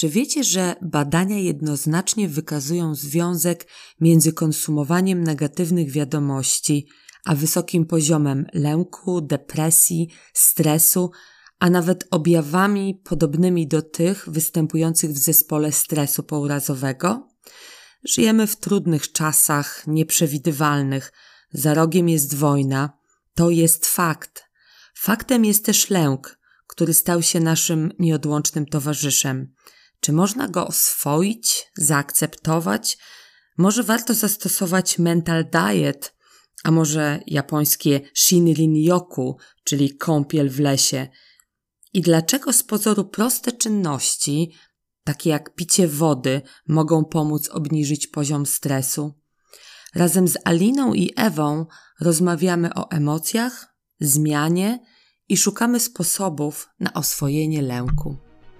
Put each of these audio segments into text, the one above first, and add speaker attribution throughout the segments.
Speaker 1: Czy wiecie, że badania jednoznacznie wykazują związek między konsumowaniem negatywnych wiadomości a wysokim poziomem lęku, depresji, stresu, a nawet objawami podobnymi do tych występujących w zespole stresu pourazowego? Żyjemy w trudnych czasach, nieprzewidywalnych. Za rogiem jest wojna. To jest fakt. Faktem jest też lęk, który stał się naszym nieodłącznym towarzyszem. Czy można go oswoić, zaakceptować? Może warto zastosować mental diet, a może japońskie Shinrin-yoku, czyli kąpiel w lesie. I dlaczego z pozoru proste czynności, takie jak picie wody, mogą pomóc obniżyć poziom stresu? Razem z Aliną i Ewą rozmawiamy o emocjach, zmianie i szukamy sposobów na oswojenie lęku.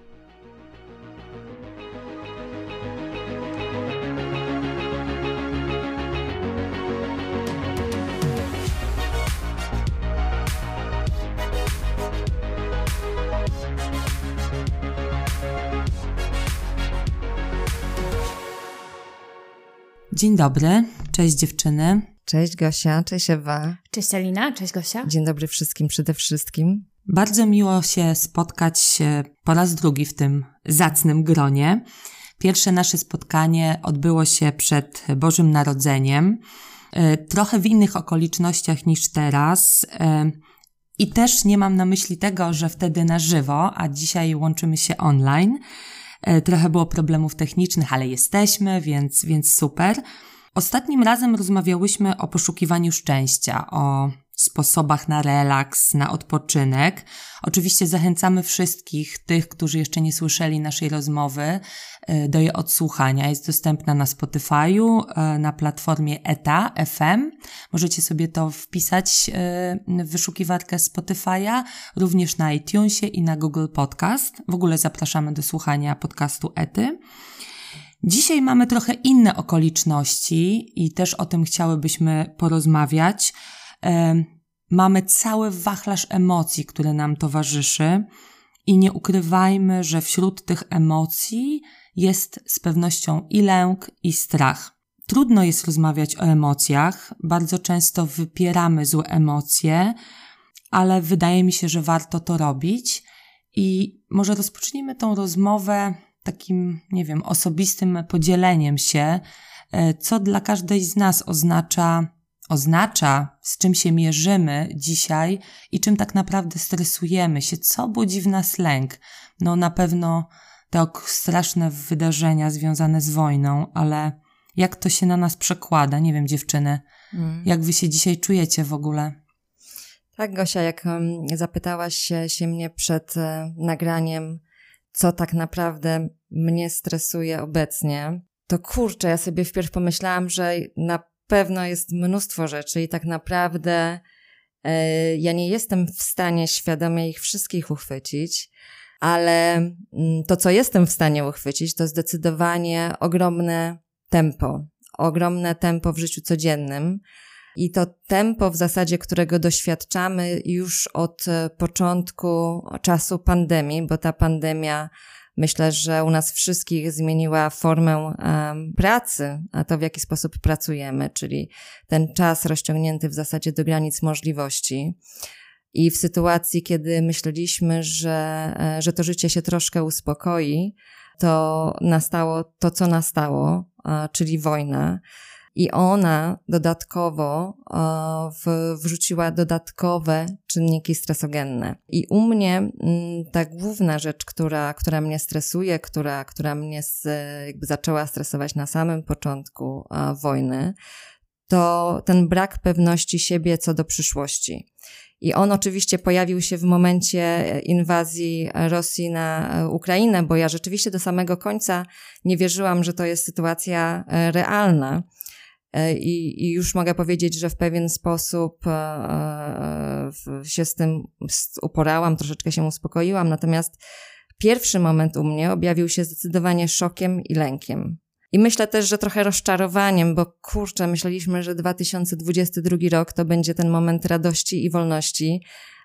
Speaker 1: Dzień dobry, cześć dziewczyny.
Speaker 2: Cześć Gosia, cześć Ewa.
Speaker 3: Cześć Alina, cześć Gosia.
Speaker 2: Dzień dobry wszystkim przede wszystkim.
Speaker 1: Bardzo miło się spotkać po raz drugi w tym zacnym gronie. Pierwsze nasze spotkanie odbyło się przed Bożym Narodzeniem, trochę w innych okolicznościach niż teraz. I też nie mam na myśli tego, że wtedy na żywo, a dzisiaj łączymy się online. Trochę było problemów technicznych, ale jesteśmy, więc super. Ostatnim razem rozmawiałyśmy o poszukiwaniu szczęścia, o sposobach na relaks, na odpoczynek. Oczywiście zachęcamy wszystkich tych, którzy jeszcze nie słyszeli naszej rozmowy, do jej odsłuchania. Jest dostępna na Spotify'u, na platformie ETA FM. Możecie sobie to wpisać w wyszukiwarkę Spotify'a, również na iTunesie i na Google Podcast. W ogóle zapraszamy do słuchania podcastu ETY. Dzisiaj mamy trochę inne okoliczności i też o tym chciałybyśmy porozmawiać. Mamy cały wachlarz emocji, który nam towarzyszy i nie ukrywajmy, że wśród tych emocji jest z pewnością i lęk, i strach. Trudno jest rozmawiać o emocjach, bardzo często wypieramy złe emocje, ale wydaje mi się, że warto to robić i może rozpocznijmy tą rozmowę takim, osobistym podzieleniem się, co dla każdej z nas oznacza, z czym się mierzymy dzisiaj i czym tak naprawdę stresujemy się, co budzi w nas lęk. No na pewno te straszne wydarzenia związane z wojną, ale jak to się na nas przekłada? Nie wiem, dziewczyny, jak wy się dzisiaj czujecie w ogóle?
Speaker 2: Tak, Gosia, jak zapytałaś się mnie przed nagraniem, co tak naprawdę mnie stresuje obecnie, to kurczę, ja sobie wpierw pomyślałam, że na pewno jest mnóstwo rzeczy i tak naprawdę ja nie jestem w stanie świadomie ich wszystkich uchwycić, ale to, co jestem w stanie uchwycić, to zdecydowanie ogromne tempo w życiu codziennym i to tempo w zasadzie, którego doświadczamy już od początku czasu pandemii, bo ta pandemia myślę, że u nas wszystkich zmieniła formę pracy, a to w jaki sposób pracujemy, czyli ten czas rozciągnięty w zasadzie do granic możliwości. I w sytuacji, kiedy myśleliśmy, że to życie się troszkę uspokoi, to nastało to, co nastało, czyli wojna. I ona dodatkowo wrzuciła dodatkowe czynniki stresogenne. I u mnie ta główna rzecz, która mnie stresuje, która mnie jakby zaczęła stresować na samym początku wojny, to ten brak pewności siebie co do przyszłości. I on oczywiście pojawił się w momencie inwazji Rosji na Ukrainę, bo ja rzeczywiście do samego końca nie wierzyłam, że to jest sytuacja realna. I już mogę powiedzieć, że w pewien sposób się z tym uporałam, troszeczkę się uspokoiłam, natomiast pierwszy moment u mnie objawił się zdecydowanie szokiem i lękiem. I myślę też, że trochę rozczarowaniem, bo kurczę, myśleliśmy, że 2022 rok to będzie ten moment radości i wolności,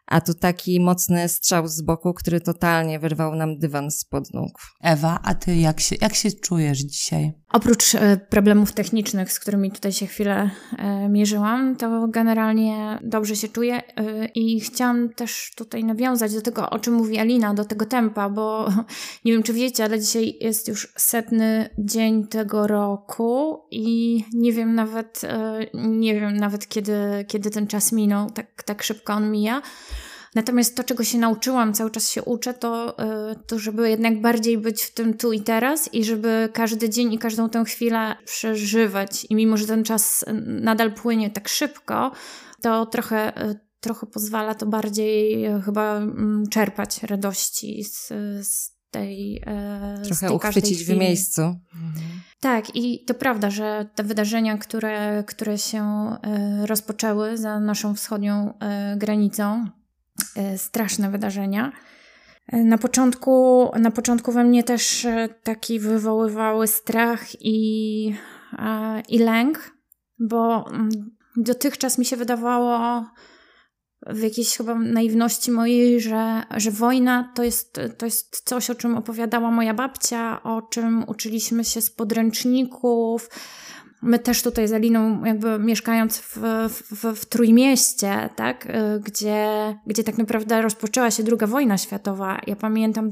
Speaker 2: A tu taki mocny strzał z boku, który totalnie wyrwał nam dywan spod nóg.
Speaker 1: Ewa, a ty jak się czujesz dzisiaj?
Speaker 3: Oprócz problemów technicznych, z którymi tutaj się chwilę mierzyłam, to generalnie dobrze się czuję i chciałam też tutaj nawiązać do tego, o czym mówi Alina, do tego tempa, bo nie wiem, czy wiecie, ale dzisiaj jest już 100. dzień tego roku i nie wiem nawet kiedy ten czas minął, tak szybko on mija. Natomiast to, czego się nauczyłam, cały czas się uczę, to żeby jednak bardziej być w tym tu i teraz i żeby każdy dzień i każdą tę chwilę przeżywać. I mimo, że ten czas nadal płynie tak szybko, to trochę pozwala to bardziej chyba czerpać radości z tej
Speaker 2: trochę uchwycić w miejscu.
Speaker 3: Tak, i to prawda, że te wydarzenia, które się rozpoczęły za naszą wschodnią granicą, straszne wydarzenia. Na początku we mnie też taki wywoływały strach i lęk, bo dotychczas mi się wydawało w jakiejś chyba naiwności mojej, że wojna to jest coś, o czym opowiadała moja babcia, o czym uczyliśmy się z podręczników. My też tutaj z Aliną jakby mieszkając w Trójmieście, tak, gdzie tak naprawdę rozpoczęła się II wojna światowa. Ja pamiętam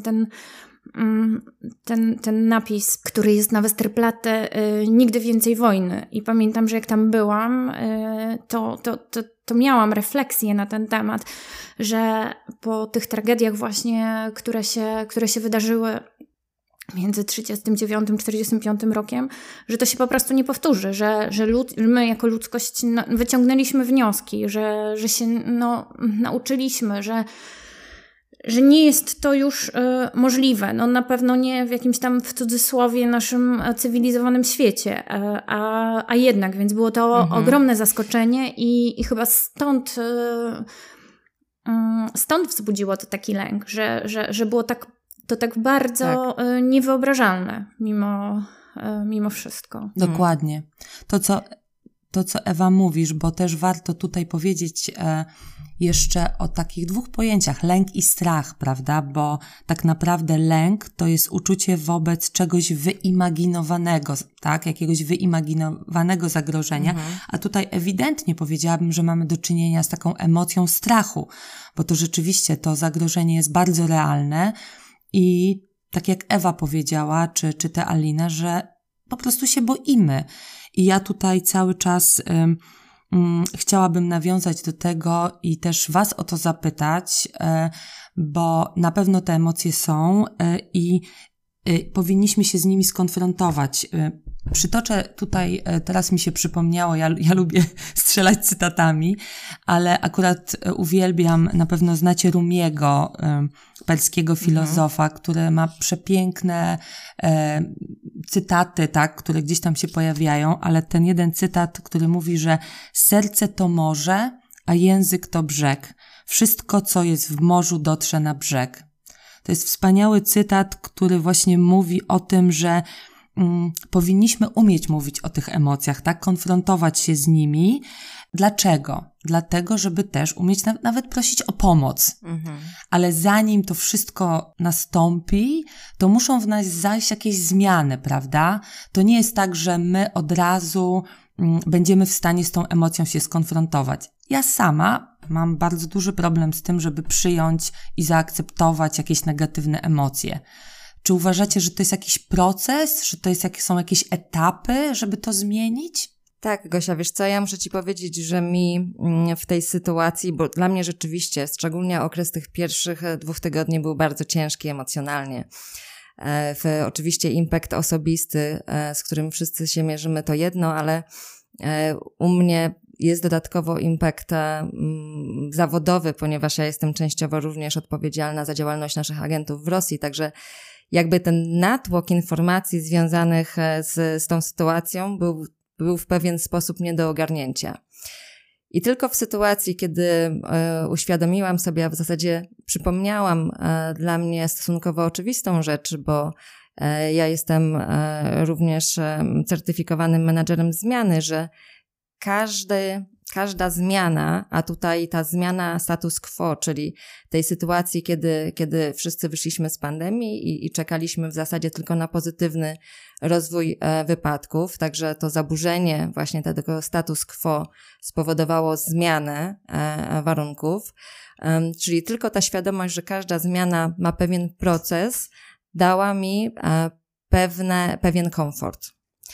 Speaker 3: ten napis, który jest na Westerplatte, nigdy więcej wojny. I pamiętam, że jak tam byłam, to miałam refleksję na ten temat, że po tych tragediach właśnie, które się wydarzyły między 39 a 45 rokiem, że to się po prostu nie powtórzy, że my jako ludzkość wyciągnęliśmy wnioski, że się nauczyliśmy, że nie jest to już możliwe. No na pewno nie w jakimś tam w cudzysłowie naszym cywilizowanym świecie, a jednak, więc było to ogromne zaskoczenie i chyba stąd wzbudziło to taki lęk, że było to tak bardzo niewyobrażalne mimo wszystko.
Speaker 1: Dokładnie. To, co Ewa mówisz, bo też warto tutaj powiedzieć jeszcze o takich dwóch pojęciach, lęk i strach, prawda? Bo tak naprawdę lęk to jest uczucie wobec czegoś wyimaginowanego, tak? Jakiegoś wyimaginowanego zagrożenia, a tutaj ewidentnie powiedziałabym, że mamy do czynienia z taką emocją strachu, bo to rzeczywiście to zagrożenie jest bardzo realne i tak jak Ewa powiedziała, czy ty Alina, że po prostu się boimy. I ja tutaj cały czas chciałabym nawiązać do tego i też was o to zapytać, bo na pewno te emocje są i powinniśmy się z nimi skonfrontować. Przytoczę tutaj, teraz mi się przypomniało, ja lubię strzelać cytatami, ale akurat uwielbiam, na pewno znacie Rumiego, perskiego filozofa, który ma przepiękne cytaty, tak, które gdzieś tam się pojawiają, ale ten jeden cytat, który mówi, że serce to morze, a język to brzeg. Wszystko, co jest w morzu, dotrze na brzeg. To jest wspaniały cytat, który właśnie mówi o tym, że powinniśmy umieć mówić o tych emocjach, tak? Konfrontować się z nimi. Dlaczego? Dlatego, żeby też umieć nawet prosić o pomoc. Ale zanim to wszystko nastąpi, to muszą w nas zajść jakieś zmiany, prawda? To nie jest tak, że my od razu będziemy w stanie z tą emocją się skonfrontować. Ja sama mam bardzo duży problem z tym, żeby przyjąć i zaakceptować jakieś negatywne emocje. Czy uważacie, że to jest jakiś proces, że to są jakieś etapy, żeby to zmienić?
Speaker 2: Tak, Gosia, wiesz co, ja muszę ci powiedzieć, że mi w tej sytuacji, bo dla mnie rzeczywiście, szczególnie okres tych pierwszych 2 tygodni był bardzo ciężki emocjonalnie. Oczywiście impact osobisty, z którym wszyscy się mierzymy, to jedno, ale u mnie jest dodatkowo impact zawodowy, ponieważ ja jestem częściowo również odpowiedzialna za działalność naszych agentów w Rosji, także jakby ten natłok informacji związanych z tą sytuacją był w pewien sposób nie do ogarnięcia. I tylko w sytuacji, kiedy uświadomiłam sobie, a w zasadzie przypomniałam dla mnie stosunkowo oczywistą rzecz, bo ja jestem również certyfikowanym menadżerem zmiany, że każdy każda zmiana, a tutaj ta zmiana status quo, czyli tej sytuacji, kiedy wszyscy wyszliśmy z pandemii i czekaliśmy w zasadzie tylko na pozytywny rozwój wypadków, także to zaburzenie właśnie tego status quo spowodowało zmianę warunków, czyli tylko ta świadomość, że każda zmiana ma pewien proces, dała mi pewien komfort.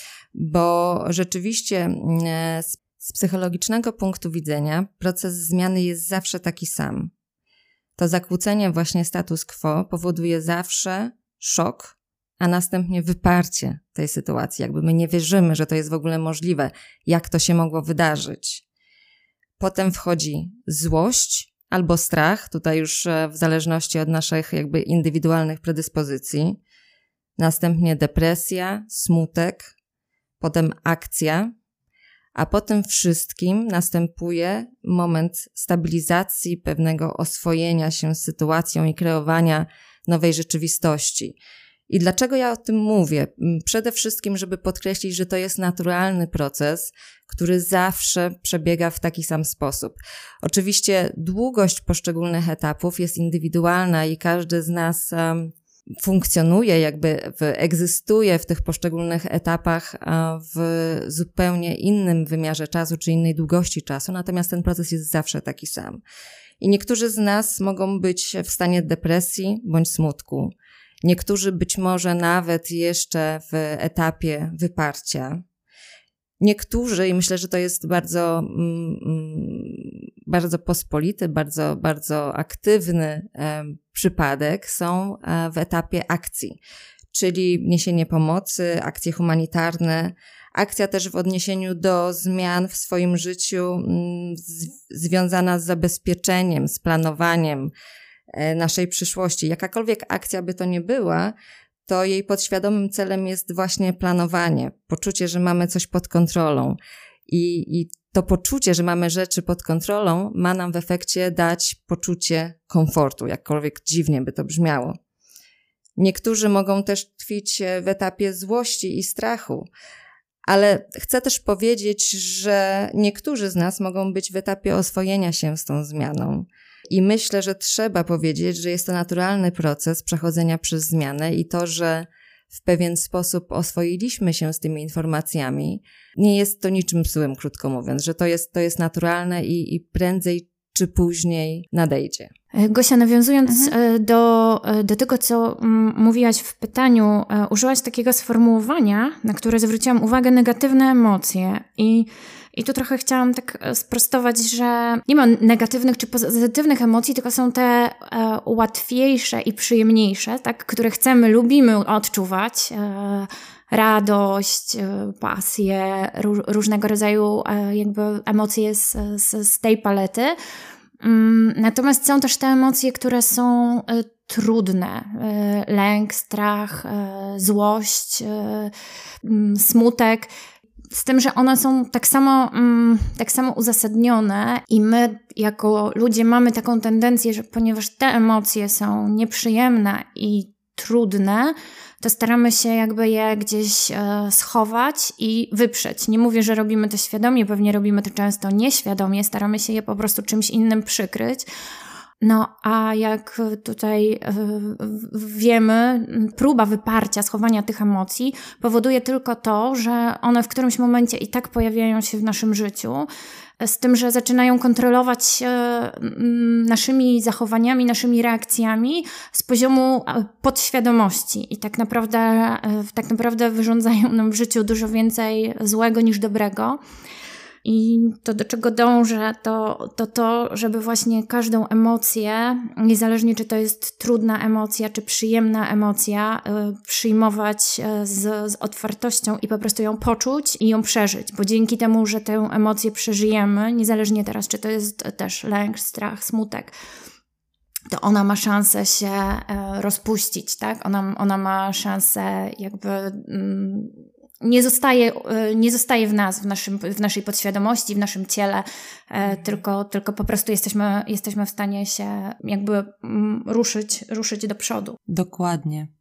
Speaker 2: Bo rzeczywiście z psychologicznego punktu widzenia proces zmiany jest zawsze taki sam. To zakłócenie właśnie status quo powoduje zawsze szok, a następnie wyparcie tej sytuacji. Jakby my nie wierzymy, że to jest w ogóle możliwe, jak to się mogło wydarzyć. Potem wchodzi złość albo strach, tutaj już w zależności od naszych jakby indywidualnych predyspozycji. Następnie depresja, smutek, potem akcja, a po tym wszystkim następuje moment stabilizacji, pewnego oswojenia się z sytuacją i kreowania nowej rzeczywistości. I dlaczego ja o tym mówię? Przede wszystkim, żeby podkreślić, że to jest naturalny proces, który zawsze przebiega w taki sam sposób. Oczywiście długość poszczególnych etapów jest indywidualna i każdy z nas funkcjonuje, egzystuje w tych poszczególnych etapach w zupełnie innym wymiarze czasu, czy innej długości czasu, natomiast ten proces jest zawsze taki sam. I niektórzy z nas mogą być w stanie depresji bądź smutku. Niektórzy być może nawet jeszcze w etapie wyparcia. Niektórzy, i myślę, że to jest bardzo, bardzo pospolity, bardzo, bardzo aktywny przypadek, są w etapie akcji, czyli niesienie pomocy, akcje humanitarne, akcja też w odniesieniu do zmian w swoim życiu związana z zabezpieczeniem, z planowaniem naszej przyszłości. Jakakolwiek akcja by to nie była, to jej podświadomym celem jest właśnie planowanie, poczucie, że mamy coś pod kontrolą. I to poczucie, że mamy rzeczy pod kontrolą, ma nam w efekcie dać poczucie komfortu, jakkolwiek dziwnie by to brzmiało. Niektórzy mogą też tkwić w etapie złości i strachu, ale chcę też powiedzieć, że niektórzy z nas mogą być w etapie oswojenia się z tą zmianą. I myślę, że trzeba powiedzieć, że jest to naturalny proces przechodzenia przez zmianę i to, że w pewien sposób oswoiliśmy się z tymi informacjami, nie jest to niczym złym, krótko mówiąc, że to jest naturalne i prędzej czy później nadejdzie.
Speaker 3: Gosia, nawiązując do tego, co mówiłaś w pytaniu, użyłaś takiego sformułowania, na które zwróciłam uwagę, negatywne emocje. I tu trochę chciałam tak sprostować, że nie ma negatywnych czy pozytywnych emocji, tylko są te łatwiejsze i przyjemniejsze, tak, które chcemy, lubimy odczuwać. Radość, pasję, różnego rodzaju jakby emocje z tej palety. Natomiast są też te emocje, które są trudne. Lęk, strach, złość, smutek. Z tym, że one są tak samo uzasadnione i my jako ludzie mamy taką tendencję, że ponieważ te emocje są nieprzyjemne i trudne, to staramy się jakby je gdzieś schować i wyprzeć. Nie mówię, że robimy to świadomie, pewnie robimy to często nieświadomie, staramy się je po prostu czymś innym przykryć. No a jak tutaj wiemy, próba wyparcia, schowania tych emocji powoduje tylko to, że one w którymś momencie i tak pojawiają się w naszym życiu, z tym, że zaczynają kontrolować naszymi zachowaniami, naszymi reakcjami z poziomu podświadomości i tak naprawdę wyrządzają nam w życiu dużo więcej złego niż dobrego. I to, do czego dążę, to, żeby właśnie każdą emocję, niezależnie czy to jest trudna emocja, czy przyjemna emocja, przyjmować z otwartością i po prostu ją poczuć i ją przeżyć, bo dzięki temu, że tę emocję przeżyjemy, niezależnie teraz, czy to jest też lęk, strach, smutek, to ona ma szansę się rozpuścić, tak? Ona ma szansę jakby nie zostaje w nas, w naszej podświadomości, w naszym ciele, tylko po prostu jesteśmy w stanie się jakby ruszyć do przodu.
Speaker 1: Dokładnie.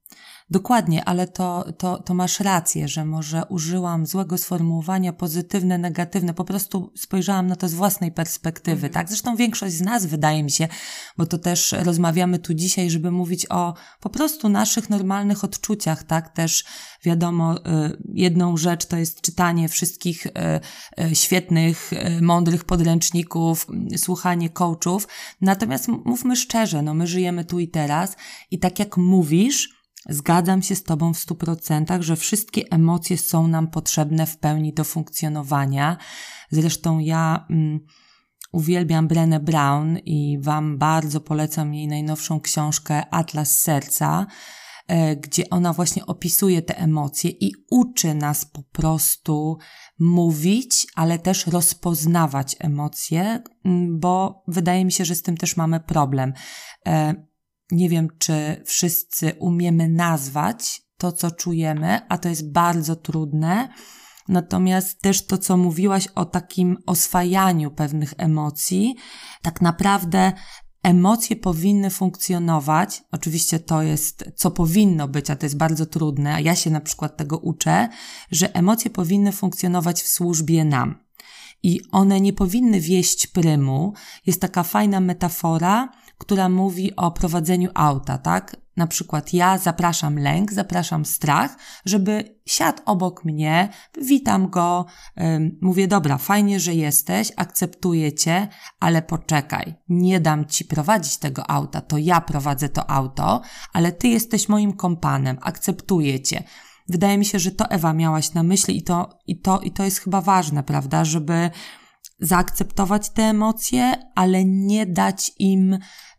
Speaker 1: Dokładnie, ale to masz rację, że może użyłam złego sformułowania, pozytywne, negatywne, po prostu spojrzałam na to z własnej perspektywy, tak? Zresztą większość z nas, wydaje mi się, bo to też rozmawiamy tu dzisiaj, żeby mówić o po prostu naszych normalnych odczuciach, tak? Też wiadomo, jedną rzecz to jest czytanie wszystkich świetnych, mądrych podręczników, słuchanie coachów, natomiast mówmy szczerze, no my żyjemy tu i teraz i tak jak mówisz, zgadzam się z Tobą w 100%, że wszystkie emocje są nam potrzebne w pełni do funkcjonowania. Zresztą ja uwielbiam Brené Brown i Wam bardzo polecam jej najnowszą książkę Atlas Serca, gdzie ona właśnie opisuje te emocje i uczy nas po prostu mówić, ale też rozpoznawać emocje, bo wydaje mi się, że z tym też mamy problem. Nie wiem, czy wszyscy umiemy nazwać to, co czujemy, a to jest bardzo trudne. Natomiast też to, co mówiłaś o takim oswajaniu pewnych emocji, tak naprawdę emocje powinny funkcjonować. Oczywiście to jest, co powinno być, a to jest bardzo trudne, a ja się na przykład tego uczę, że emocje powinny funkcjonować w służbie nam. I one nie powinny wieść prymu. Jest taka fajna metafora, która mówi o prowadzeniu auta, tak? Na przykład ja zapraszam lęk, zapraszam strach, żeby siadł obok mnie, witam go, mówię, dobra, fajnie, że jesteś, akceptuję cię, ale poczekaj, nie dam ci prowadzić tego auta, to ja prowadzę to auto, ale ty jesteś moim kompanem, akceptuję cię. Wydaje mi się, że to Ewa miałaś na myśli i to jest chyba ważne, prawda, żeby zaakceptować te emocje, ale nie dać im,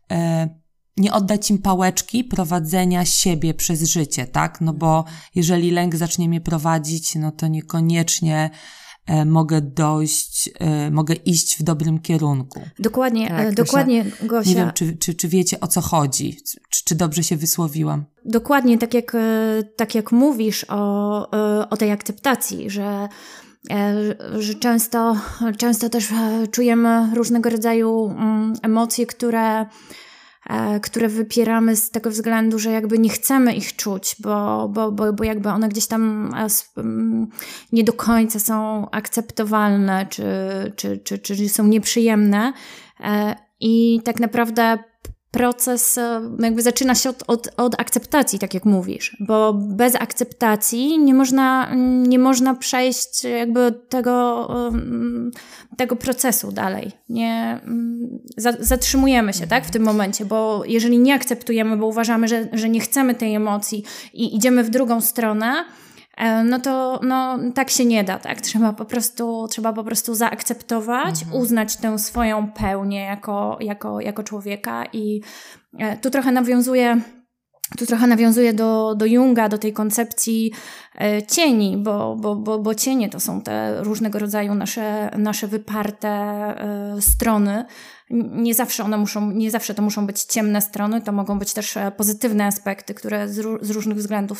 Speaker 1: nie oddać im pałeczki prowadzenia siebie przez życie, tak? No bo jeżeli lęk zacznie mnie prowadzić, no to niekoniecznie mogę iść w dobrym kierunku.
Speaker 3: Dokładnie,
Speaker 2: tak,
Speaker 3: dokładnie, Gosia.
Speaker 1: Nie wiem, czy wiecie, o co chodzi, czy dobrze się wysłowiłam.
Speaker 3: Dokładnie, tak jak mówisz o tej akceptacji, że często też czujemy różnego rodzaju emocje, które wypieramy z tego względu, że jakby nie chcemy ich czuć, bo jakby one gdzieś tam nie do końca są akceptowalne, czy są nieprzyjemne. I tak naprawdę proces jakby zaczyna się od akceptacji, tak jak mówisz, bo bez akceptacji nie można przejść jakby tego procesu dalej. Zatrzymujemy się, tak, w tym momencie, bo jeżeli nie akceptujemy, bo uważamy, że nie chcemy tej emocji i idziemy w drugą stronę, no to tak się nie da, tak? Trzeba po prostu zaakceptować, uznać tę swoją pełnię jako człowieka i tu trochę nawiązuje do Junga, do tej koncepcji cieni, bo cienie to są te różnego rodzaju nasze wyparte strony. Nie zawsze to muszą być ciemne strony, to mogą być też pozytywne aspekty, które z różnych względów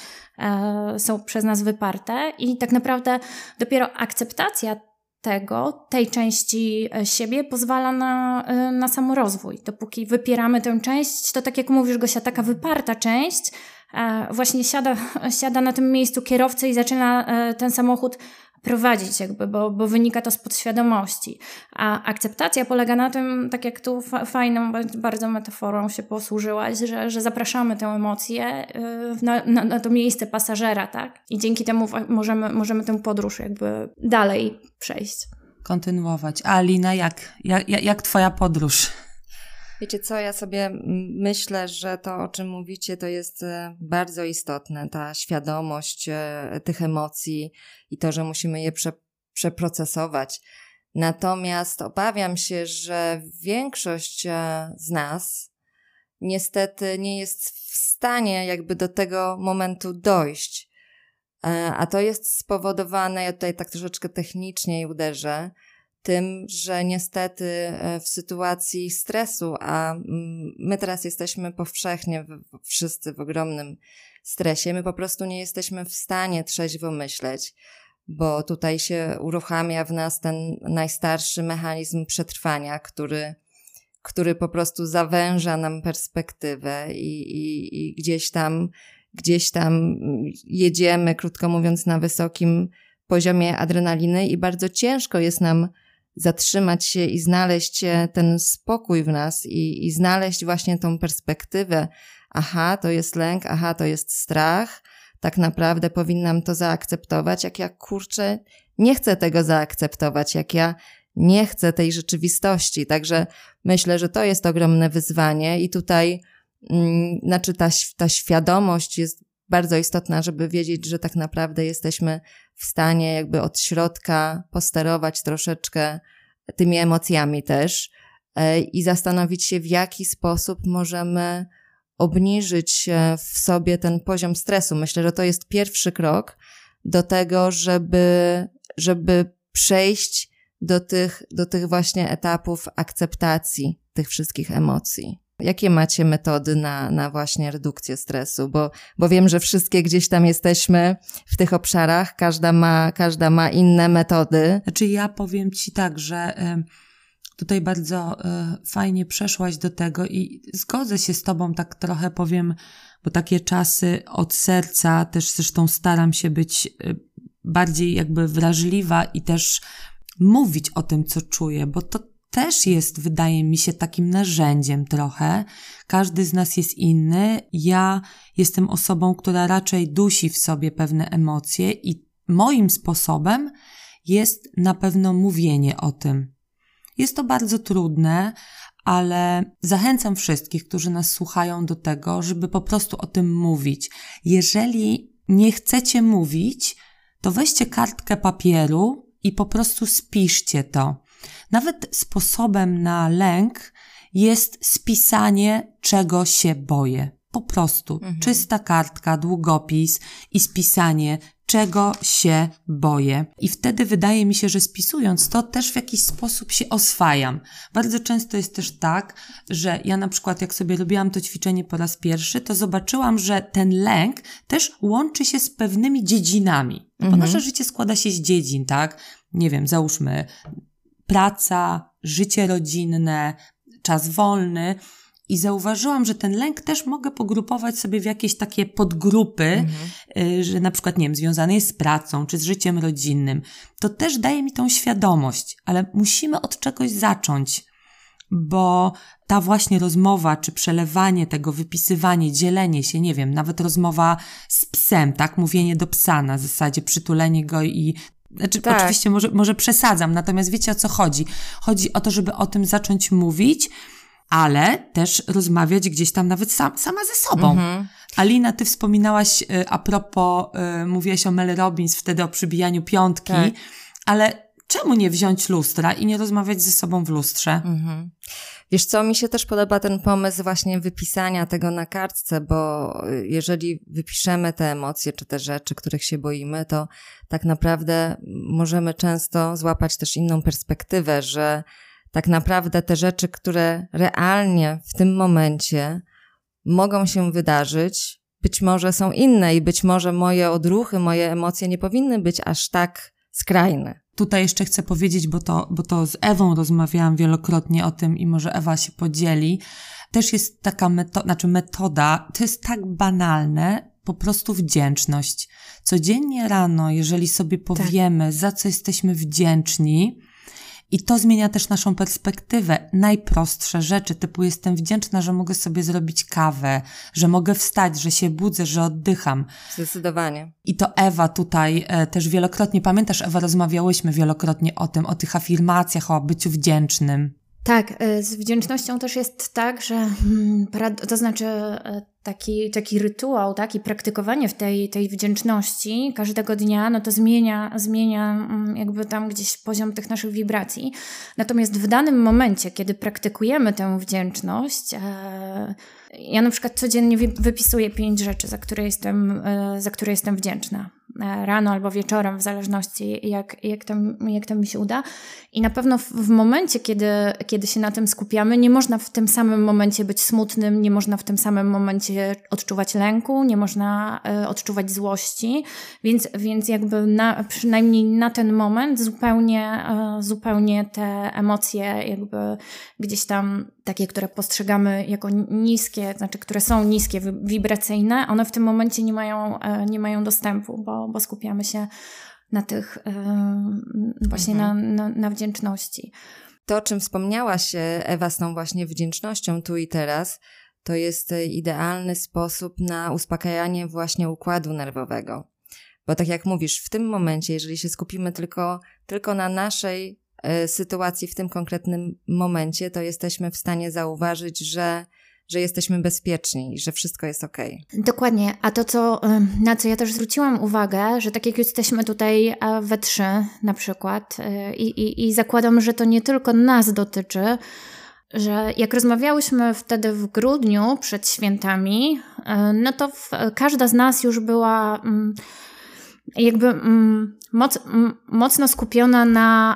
Speaker 3: są przez nas wyparte i tak naprawdę dopiero akceptacja tej części siebie pozwala na samorozwój. Dopóki wypieramy tę część, to tak jak mówisz, Gosia, taka wyparta część właśnie siada na tym miejscu kierowcy i zaczyna ten samochód prowadzić jakby, bo wynika to z podświadomości. A akceptacja polega na tym, tak jak tu fajną bardzo metaforą się posłużyłaś, że zapraszamy tę emocję na to miejsce pasażera, tak? I dzięki temu możemy tę podróż jakby dalej przejść.
Speaker 1: Kontynuować. A Alina, jak twoja podróż?
Speaker 2: Wiecie co, ja sobie myślę, że to, o czym mówicie, to jest bardzo istotne, ta świadomość tych emocji i to, że musimy je przeprocesować. Natomiast obawiam się, że większość z nas niestety nie jest w stanie jakby do tego momentu dojść. A to jest spowodowane, ja tutaj tak troszeczkę technicznie uderzę, tym, że niestety w sytuacji stresu, a my teraz jesteśmy powszechnie wszyscy w ogromnym stresie, my po prostu nie jesteśmy w stanie trzeźwo myśleć, bo tutaj się uruchamia w nas ten najstarszy mechanizm przetrwania, który po prostu zawęża nam perspektywę i gdzieś tam gdzieś tam jedziemy, krótko mówiąc, na wysokim poziomie adrenaliny i bardzo ciężko jest nam zatrzymać się i znaleźć ten spokój w nas i znaleźć właśnie tą perspektywę. Aha, to jest lęk, aha, to jest strach. Tak naprawdę powinnam to zaakceptować, jak ja, kurczę, nie chcę tego zaakceptować, jak ja nie chcę tej rzeczywistości. Także myślę, że to jest ogromne wyzwanie i tutaj ta świadomość jest bardzo istotna, żeby wiedzieć, że tak naprawdę jesteśmy w stanie jakby od środka posterować troszeczkę tymi emocjami też i zastanowić się, w jaki sposób możemy obniżyć w sobie ten poziom stresu. Myślę, że to jest pierwszy krok do tego, żeby przejść do tych właśnie etapów akceptacji tych wszystkich emocji. Jakie macie metody na właśnie redukcję stresu? Bo wiem, że wszystkie gdzieś tam jesteśmy w tych obszarach, każda ma inne metody.
Speaker 1: Znaczy ja powiem Ci tak, że tutaj bardzo fajnie przeszłaś do tego i zgodzę się z Tobą, tak trochę powiem, bo takie czasy od serca, też zresztą staram się być bardziej jakby wrażliwa i też mówić o tym, co czuję, bo to też jest, wydaje mi się, takim narzędziem trochę. Każdy z nas jest inny. Ja jestem osobą, która raczej dusi w sobie pewne emocje i moim sposobem jest na pewno mówienie o tym. Jest to bardzo trudne, ale zachęcam wszystkich, którzy nas słuchają do tego, żeby po prostu o tym mówić. Jeżeli nie chcecie mówić, to weźcie kartkę papieru i po prostu spiszcie to. Nawet sposobem na lęk jest spisanie, czego się boję. Po prostu. Czysta kartka, długopis i spisanie, czego się boję. I wtedy wydaje mi się, że spisując to też w jakiś sposób się oswajam. Bardzo często jest też tak, że ja na przykład jak sobie robiłam to ćwiczenie po raz pierwszy, to zobaczyłam, że ten lęk też łączy się z pewnymi dziedzinami. Bo nasze życie składa się z dziedzin, tak? Nie wiem, załóżmy praca, życie rodzinne, czas wolny i zauważyłam, że ten lęk też mogę pogrupować sobie w jakieś takie podgrupy, że na przykład, nie wiem, związany jest z pracą czy z życiem rodzinnym. To też daje mi tą świadomość, ale musimy od czegoś zacząć, bo ta właśnie rozmowa czy przelewanie tego, wypisywanie, dzielenie się, nie wiem, nawet rozmowa z psem, tak, mówienie do psa na zasadzie przytulenie go i
Speaker 2: tak.
Speaker 1: Oczywiście może przesadzam, natomiast wiecie o co chodzi. Chodzi o to, żeby o tym zacząć mówić, ale też rozmawiać gdzieś tam nawet sama ze sobą. Alina, ty wspominałaś a propos, mówiłaś o Mel Robbins wtedy o przybijaniu piątki, tak. Ale czemu nie wziąć lustra i nie rozmawiać ze sobą w lustrze?
Speaker 2: Wiesz co, mi się też podoba ten pomysł właśnie wypisania tego na kartce, bo jeżeli wypiszemy te emocje czy te rzeczy, których się boimy, to tak naprawdę możemy często złapać też inną perspektywę, że tak naprawdę te rzeczy, które realnie w tym momencie mogą się wydarzyć, być może są inne i być może moje odruchy, moje emocje nie powinny być aż tak skrajne.
Speaker 1: Tutaj jeszcze chcę powiedzieć, bo to z Ewą rozmawiałam wielokrotnie o tym i może Ewa się podzieli. Też jest taka metoda, to jest tak banalne, po prostu wdzięczność. Codziennie rano, jeżeli sobie powiemy, za co jesteśmy wdzięczni, i to zmienia też naszą perspektywę. Najprostsze rzeczy, typu jestem wdzięczna, że mogę sobie zrobić kawę, że mogę wstać, że się budzę, że oddycham.
Speaker 2: Zdecydowanie.
Speaker 1: I to Ewa tutaj też wielokrotnie, pamiętasz Ewa, rozmawiałyśmy wielokrotnie o tym, o tych afirmacjach, o byciu wdzięcznym.
Speaker 3: Tak, z wdzięcznością też jest tak, że to znaczy taki rytuał, tak, i praktykowanie w tej wdzięczności każdego dnia, no to zmienia jakby tam gdzieś poziom tych naszych wibracji. Natomiast w danym momencie, kiedy praktykujemy tę wdzięczność, ja na przykład codziennie wypisuję 5 rzeczy, za które jestem wdzięczna. Rano albo wieczorem, w zależności jak tam mi się uda. I na pewno w momencie, kiedy się na tym skupiamy, nie można w tym samym momencie być smutnym, nie można w tym samym momencie odczuwać lęku, nie można odczuwać złości, więc jakby przynajmniej na ten moment zupełnie te emocje jakby gdzieś tam takie, które postrzegamy jako niskie, znaczy, które są niskie, wibracyjne, one w tym momencie nie mają dostępu, bo skupiamy się na tych właśnie na wdzięczności.
Speaker 2: To, o czym wspomniałaś, Ewa, z tą właśnie wdzięcznością tu i teraz, to jest idealny sposób na uspokajanie właśnie układu nerwowego. Bo tak jak mówisz, w tym momencie, jeżeli się skupimy tylko na naszej sytuacji w tym konkretnym momencie, to jesteśmy w stanie zauważyć, że jesteśmy bezpieczni i że wszystko jest okej.
Speaker 3: Dokładnie. A to, na co ja też zwróciłam uwagę, że tak jak jesteśmy tutaj we trzy na przykład i zakładam, że to nie tylko nas dotyczy, że jak rozmawiałyśmy wtedy w grudniu przed świętami, no to każda z nas już była jakby mocno skupiona na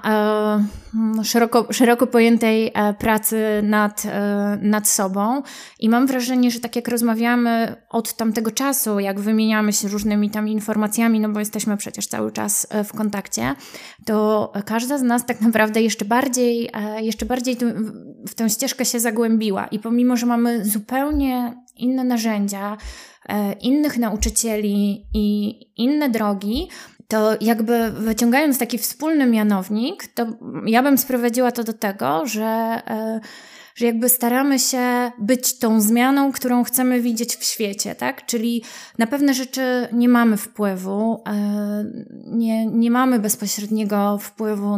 Speaker 3: szeroko pojętej pracy nad sobą i mam wrażenie, że tak jak rozmawiamy od tamtego czasu, jak wymieniamy się różnymi tam informacjami, no bo jesteśmy przecież cały czas w kontakcie, to każda z nas tak naprawdę jeszcze bardziej w tę ścieżkę się zagłębiła i pomimo, że mamy zupełnie inne narzędzia, innych nauczycieli i inne drogi, to jakby wyciągając taki wspólny mianownik, to ja bym sprowadziła to do tego, że jakby staramy się być tą zmianą, którą chcemy widzieć w świecie, tak? Czyli na pewne rzeczy nie mamy wpływu, nie mamy bezpośredniego wpływu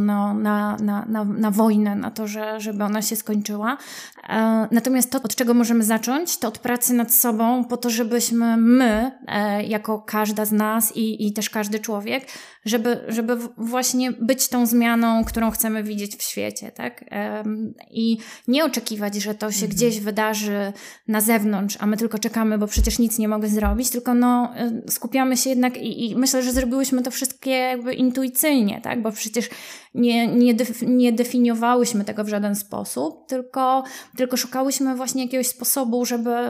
Speaker 3: na wojnę, na to, żeby ona się skończyła. Natomiast to, od czego możemy zacząć, to od pracy nad sobą, po to, żebyśmy my, jako każda z nas i też każdy człowiek, żeby właśnie być tą zmianą, którą chcemy widzieć w świecie, tak? I nie oczekiwać, że to się gdzieś wydarzy na zewnątrz, a my tylko czekamy, bo przecież nic nie mogę zrobić, tylko skupiamy się jednak i myślę, że zrobiłyśmy to wszystkie jakby intuicyjnie, tak? Bo przecież nie definiowałyśmy tego w żaden sposób, tylko szukałyśmy właśnie jakiegoś sposobu,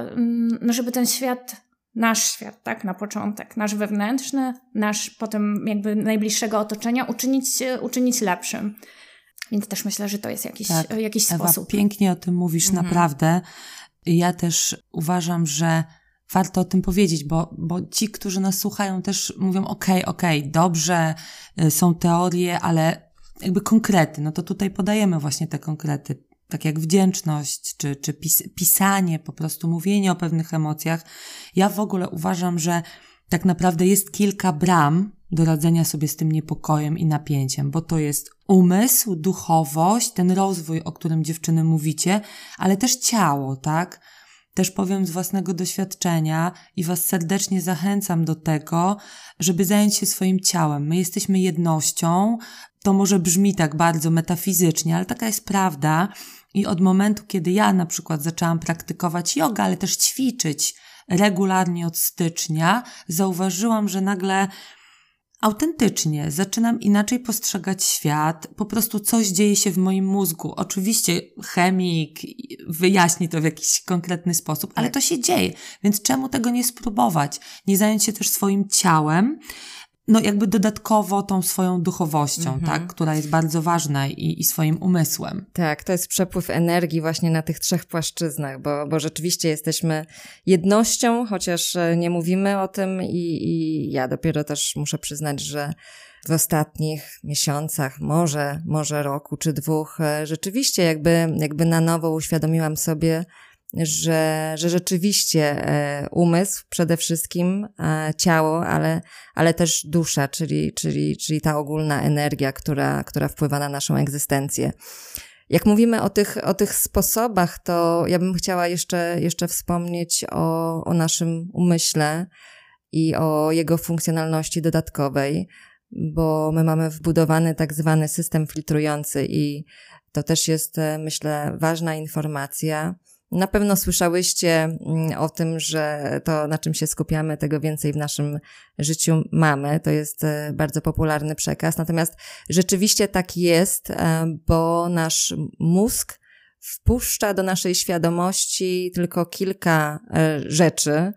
Speaker 3: żeby ten świat, nasz świat, tak, na początek, nasz wewnętrzny, nasz potem jakby najbliższego otoczenia uczynić lepszym. Więc też myślę, że to jest jakiś
Speaker 1: Ewa,
Speaker 3: sposób.
Speaker 1: Pięknie o tym mówisz, naprawdę. Ja też uważam, że warto o tym powiedzieć, bo ci, którzy nas słuchają, też mówią okej, dobrze, są teorie, ale jakby konkrety, no to tutaj podajemy właśnie te konkrety, tak jak wdzięczność, czy pisanie, po prostu mówienie o pewnych emocjach. Ja w ogóle uważam, że tak naprawdę jest kilka bram do radzenia sobie z tym niepokojem i napięciem, bo to jest umysł, duchowość, ten rozwój, o którym dziewczyny mówicie, ale też ciało, tak? Też powiem z własnego doświadczenia i was serdecznie zachęcam do tego, żeby zająć się swoim ciałem. My jesteśmy jednością, to może brzmi tak bardzo metafizycznie, ale taka jest prawda i od momentu, kiedy ja na przykład zaczęłam praktykować jogę, ale też ćwiczyć regularnie od stycznia, zauważyłam, że nagle autentycznie zaczynam inaczej postrzegać świat, po prostu coś dzieje się w moim mózgu. Oczywiście chemik wyjaśni to w jakiś konkretny sposób, ale to się dzieje, więc czemu tego nie spróbować? Nie zająć się też swoim ciałem, no jakby dodatkowo tą swoją duchowością, tak, która jest bardzo ważna i swoim umysłem.
Speaker 2: Tak, to jest przepływ energii właśnie na tych trzech płaszczyznach, bo rzeczywiście jesteśmy jednością, chociaż nie mówimy o tym i ja dopiero też muszę przyznać, że w ostatnich miesiącach, może roku czy dwóch, rzeczywiście jakby na nowo uświadomiłam sobie, że rzeczywiście umysł przede wszystkim, ciało, ale też dusza, czyli ta ogólna energia, która wpływa na naszą egzystencję. Jak mówimy o tych sposobach, to ja bym chciała jeszcze wspomnieć o naszym umyśle i o jego funkcjonalności dodatkowej, bo my mamy wbudowany tak zwany system filtrujący i to też jest, myślę, ważna informacja. Na pewno słyszałyście o tym, że to, na czym się skupiamy, tego więcej w naszym życiu mamy. To jest bardzo popularny przekaz. Natomiast rzeczywiście tak jest, bo nasz mózg wpuszcza do naszej świadomości tylko kilka rzeczy.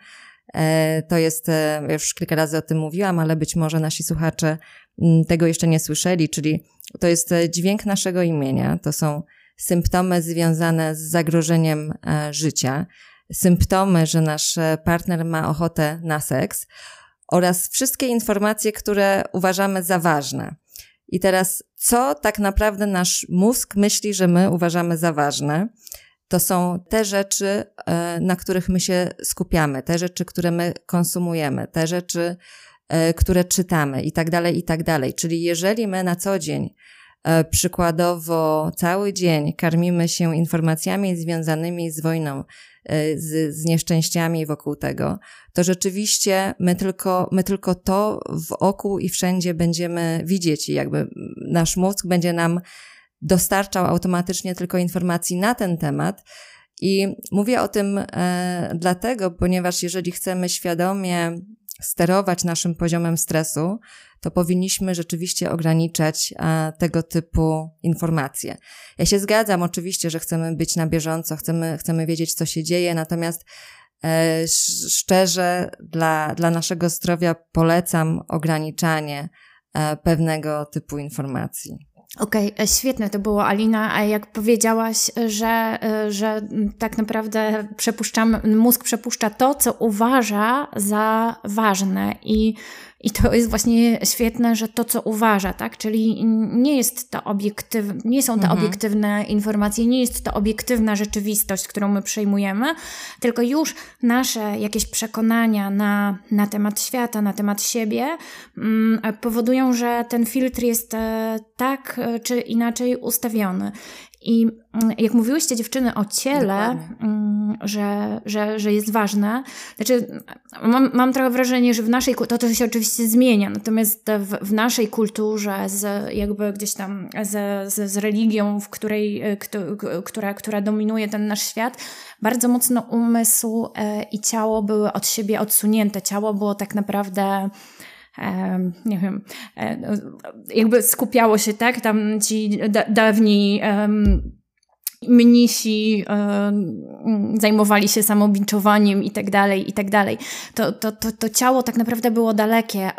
Speaker 2: To jest, już kilka razy o tym mówiłam, ale być może nasi słuchacze tego jeszcze nie słyszeli, czyli to jest dźwięk naszego imienia, to są symptomy związane z zagrożeniem życia, symptomy, że nasz partner ma ochotę na seks oraz wszystkie informacje, które uważamy za ważne. I teraz, co tak naprawdę nasz mózg myśli, że my uważamy za ważne? To są te rzeczy, na których my się skupiamy, te rzeczy, które my konsumujemy, te rzeczy, które czytamy i tak dalej, i tak dalej. Czyli jeżeli my na co dzień, przykładowo cały dzień karmimy się informacjami związanymi z wojną, z nieszczęściami wokół tego, to rzeczywiście my tylko to wokół i wszędzie będziemy widzieć i jakby nasz mózg będzie nam dostarczał automatycznie tylko informacji na ten temat. I mówię o tym dlatego, ponieważ jeżeli chcemy świadomie sterować naszym poziomem stresu, to powinniśmy rzeczywiście ograniczać tego typu informacje. Ja się zgadzam oczywiście, że chcemy być na bieżąco, chcemy wiedzieć, co się dzieje, natomiast szczerze dla naszego zdrowia polecam ograniczanie pewnego typu informacji.
Speaker 3: Okej, świetne to było, Alina, a jak powiedziałaś, że tak naprawdę mózg przepuszcza to, co uważa za ważne i to jest właśnie świetne, że to, co uważa, tak? Czyli nie są to obiektywne informacje, nie jest to obiektywna rzeczywistość, którą my przyjmujemy, tylko już nasze jakieś przekonania na temat świata, na temat siebie powodują, że ten filtr jest tak czy inaczej ustawiony. I jak mówiłyście, dziewczyny, o ciele, że jest ważne, znaczy mam trochę wrażenie, że w naszej kulturze, to się oczywiście zmienia, natomiast w naszej kulturze, jakby gdzieś tam z religią, która dominuje ten nasz świat, bardzo mocno umysł i ciało były od siebie odsunięte. Ciało było tak naprawdę... nie wiem, jakby skupiało się, tak, tam ci dawni mnisi zajmowali się samobinczowaniem i tak dalej, i tak dalej. To ciało tak naprawdę było dalekie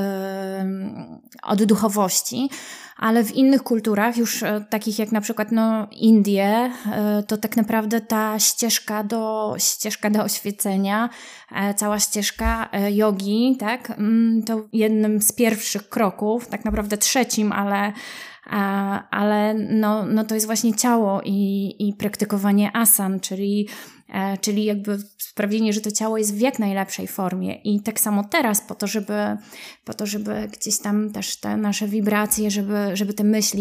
Speaker 3: od duchowości, ale w innych kulturach, już takich jak na przykład Indie, to tak naprawdę ta ścieżka do oświecenia, cała ścieżka jogi, tak, to jednym z pierwszych kroków, tak naprawdę trzecim, ale to jest właśnie ciało i praktykowanie asan, czyli jakby sprawienie, że to ciało jest w jak najlepszej formie. I tak samo teraz po to, żeby gdzieś tam też te nasze wibracje, żeby te myśli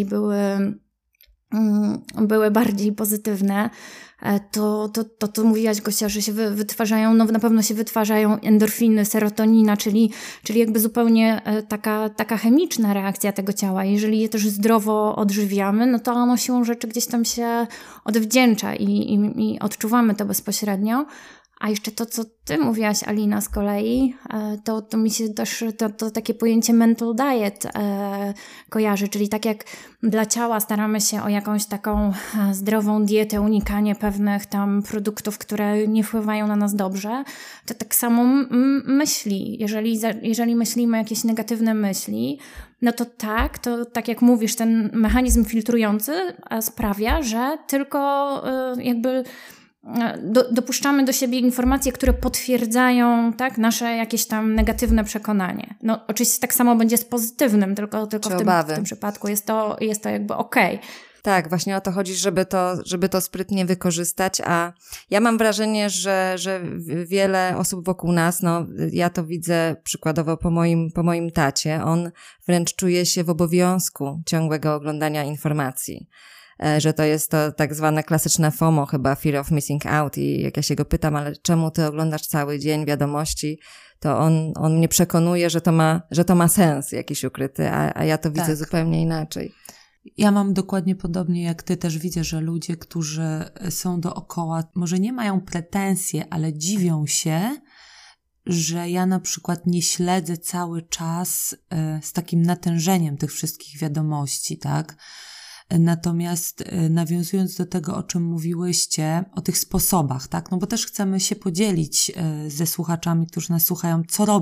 Speaker 3: były bardziej pozytywne, to mówiłaś, Gosia, że się wytwarzają, na pewno się wytwarzają endorfiny, serotonina, czyli jakby zupełnie taka chemiczna reakcja tego ciała. Jeżeli je też zdrowo odżywiamy, to ono siłą rzeczy gdzieś tam się odwdzięcza i odczuwamy to bezpośrednio. A jeszcze to, co ty mówiłaś, Alina, z kolei, to mi się też to takie pojęcie mental diet kojarzy, czyli tak jak dla ciała staramy się o jakąś taką zdrową dietę, unikanie pewnych tam produktów, które nie wpływają na nas dobrze, to tak samo myśli. Jeżeli myślimy jakieś negatywne myśli, to tak jak mówisz, ten mechanizm filtrujący sprawia, że tylko jakby dopuszczamy do siebie informacje, które potwierdzają, tak, nasze jakieś tam negatywne przekonanie. Oczywiście tak samo będzie z pozytywnym, tylko w tym przypadku jest to jakby okej.
Speaker 2: Tak, właśnie o to chodzi, żeby to sprytnie wykorzystać, a ja mam wrażenie, że wiele osób wokół nas, ja to widzę przykładowo po moim tacie, on wręcz czuje się w obowiązku ciągłego oglądania informacji. Że to jest to tak zwane klasyczne FOMO, chyba Fear of Missing Out, i jak ja się go pytam, ale czemu ty oglądasz cały dzień wiadomości, to on mnie przekonuje, że to ma sens jakiś ukryty, a ja to widzę zupełnie inaczej.
Speaker 1: Ja mam dokładnie podobnie jak ty, też widzę, że ludzie, którzy są dookoła, może nie mają pretensje, ale dziwią się, że ja na przykład nie śledzę cały czas z takim natężeniem tych wszystkich wiadomości, tak? Natomiast nawiązując do tego, o czym mówiłyście, o tych sposobach, tak? Bo też chcemy się podzielić ze słuchaczami, którzy nas słuchają, co robić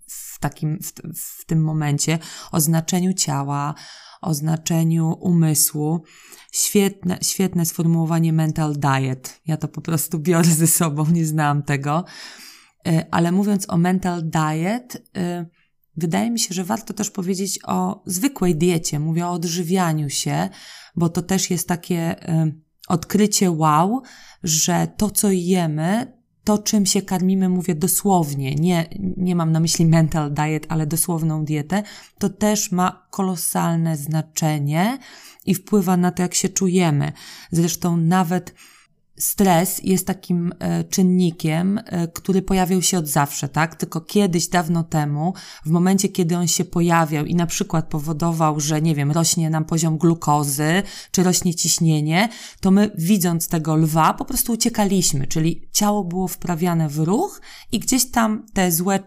Speaker 1: w tym momencie, o znaczeniu ciała, o znaczeniu umysłu. Świetne sformułowanie mental diet. Ja to po prostu biorę ze sobą, nie znałam tego. Ale mówiąc o mental diet, wydaje mi się, że warto też powiedzieć o zwykłej diecie. Mówię o odżywianiu się, bo to też jest takie odkrycie wow, że to, co jemy, to, czym się karmimy, mówię dosłownie, nie mam na myśli mental diet, ale dosłowną dietę, to też ma kolosalne znaczenie i wpływa na to, jak się czujemy. Zresztą nawet stres jest takim czynnikiem, który pojawiał się od zawsze, tak? Tylko kiedyś, dawno temu, w momencie, kiedy on się pojawiał i na przykład powodował, że, nie wiem, rośnie nam poziom glukozy, czy rośnie ciśnienie, to my, widząc tego lwa, po prostu uciekaliśmy, czyli ciało było wprawiane w ruch i gdzieś tam te złe